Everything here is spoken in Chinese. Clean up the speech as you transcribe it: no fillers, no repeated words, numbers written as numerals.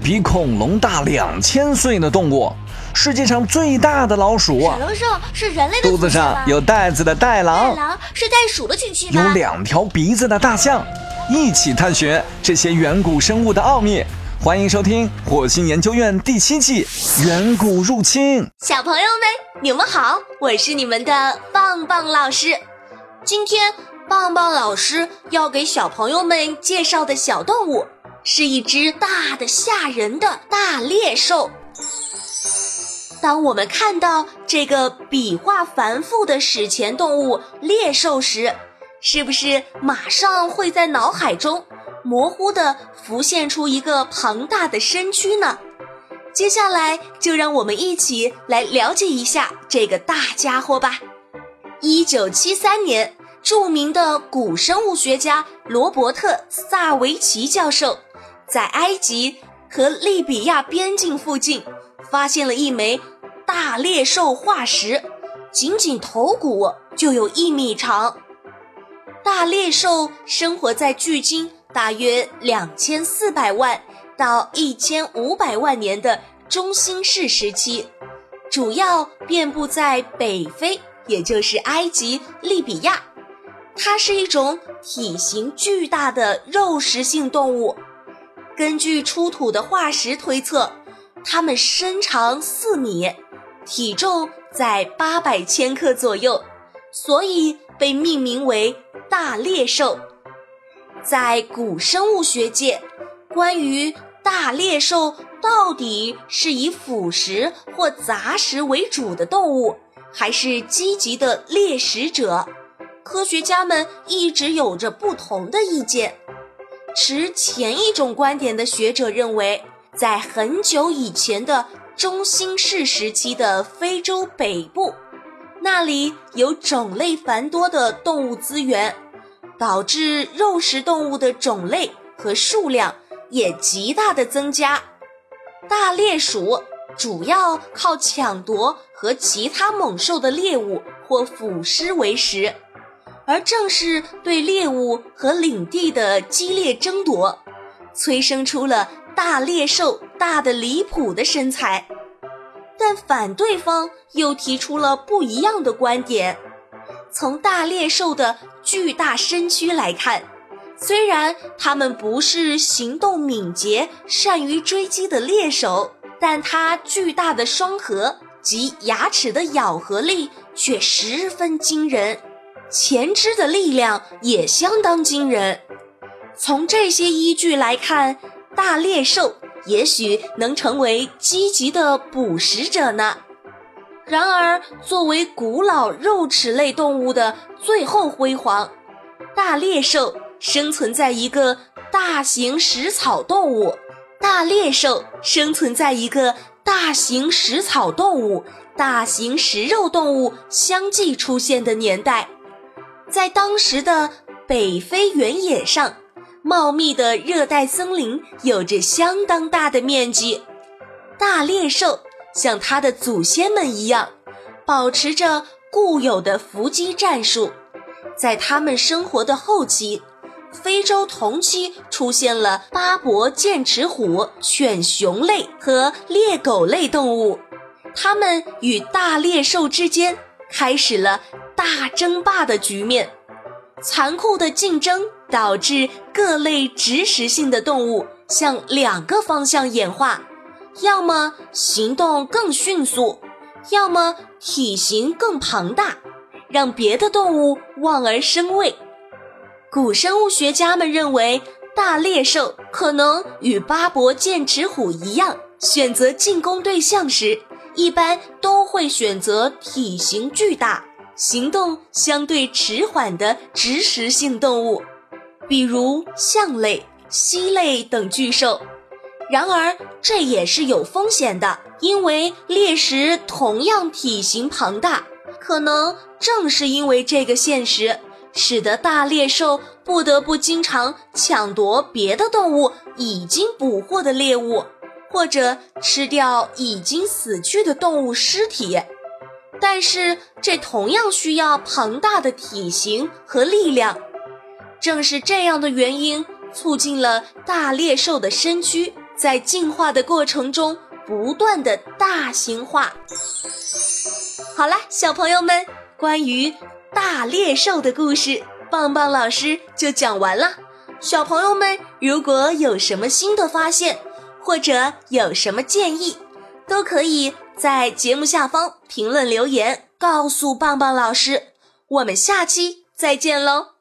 比恐龙大2000岁的动物，世界上最大的老鼠闪龙兽是人类的肚子上有袋子的袋狼， 袋狼是袋鼠的亲戚有吗 2条鼻子的大象，一起探寻这些远古生物的奥秘。欢迎收听火星研究院第7季远古入侵。 小朋友们，你们好，我是你们的棒棒老师。今天棒棒老师要给小朋友们介绍的小动物是一只大的吓人的大猎兽。当我们看到这个笔画繁复的史前动物猎兽时，是不是马上会在脑海中模糊地浮现出一个庞大的身躯呢？接下来就让我们一起来了解一下这个大家伙吧。1973年，著名的古生物学家罗伯特·萨维奇教授在埃及和利比亚边境附近发现了一枚大猎兽化石，仅仅头骨就有1米长。大猎兽生活在距今大约2400万到1500万年的中新世时期，主要遍布在北非，也就是埃及、利比亚。它是一种体型巨大的肉食性动物。根据出土的化石推测，它们身长4米，体重在800千克左右，所以被命名为大猎兽。在古生物学界，关于大猎兽到底是以腐食或杂食为主的动物，还是积极的猎食者，科学家们一直有着不同的意见。持前一种观点的学者认为，在很久以前的中新世时期的非洲北部，那里有种类繁多的动物资源，导致肉食动物的种类和数量也极大的增加。大猎鼠主要靠抢夺和其他猛兽的猎物或腐尸为食，而正是对猎物和领地的激烈争夺，催生出了大猎兽大得离谱的身材。但反对方又提出了不一样的观点。从大猎兽的巨大身躯来看，虽然它们不是行动敏捷、善于追击的猎手，但它巨大的双颌及牙齿的咬合力却十分惊人，前肢的力量也相当惊人。从这些依据来看，大猎兽也许能成为积极的捕食者呢。然而，作为古老肉食类动物的最后辉煌，大猎兽生存在一个大型食草动物大型食肉动物相继出现的年代。在当时的北非原野上，茂密的热带森林有着相当大的面积。大猎兽像它的祖先们一样，保持着固有的伏击战术。在它们生活的后期，非洲同期出现了巴伯剑齿虎、犬熊类和猎狗类动物，它们与大猎兽之间开始了大争霸的局面。残酷的竞争导致各类植食性的动物向2个方向演化，要么行动更迅速，要么体型更庞大，让别的动物望而生畏。古生物学家们认为，大猎兽可能与巴伯剑齿虎一样，选择进攻对象时，一般都会选择体型巨大、行动相对迟缓的植食性动物，比如象类、蜥类等巨兽。然而，这也是有风险的，因为猎食同样体型庞大，可能正是因为这个现实，使得大猎兽不得不经常抢夺别的动物已经捕获的猎物，或者吃掉已经死去的动物尸体。但是这同样需要庞大的体型和力量。正是这样的原因，促进了大猎兽的身躯在进化的过程中不断的大型化。好啦，小朋友们，关于大猎兽的故事，棒棒老师就讲完了。小朋友们如果有什么新的发现，或者有什么建议，都可以在节目下方评论留言告诉棒棒老师。我们下期再见喽。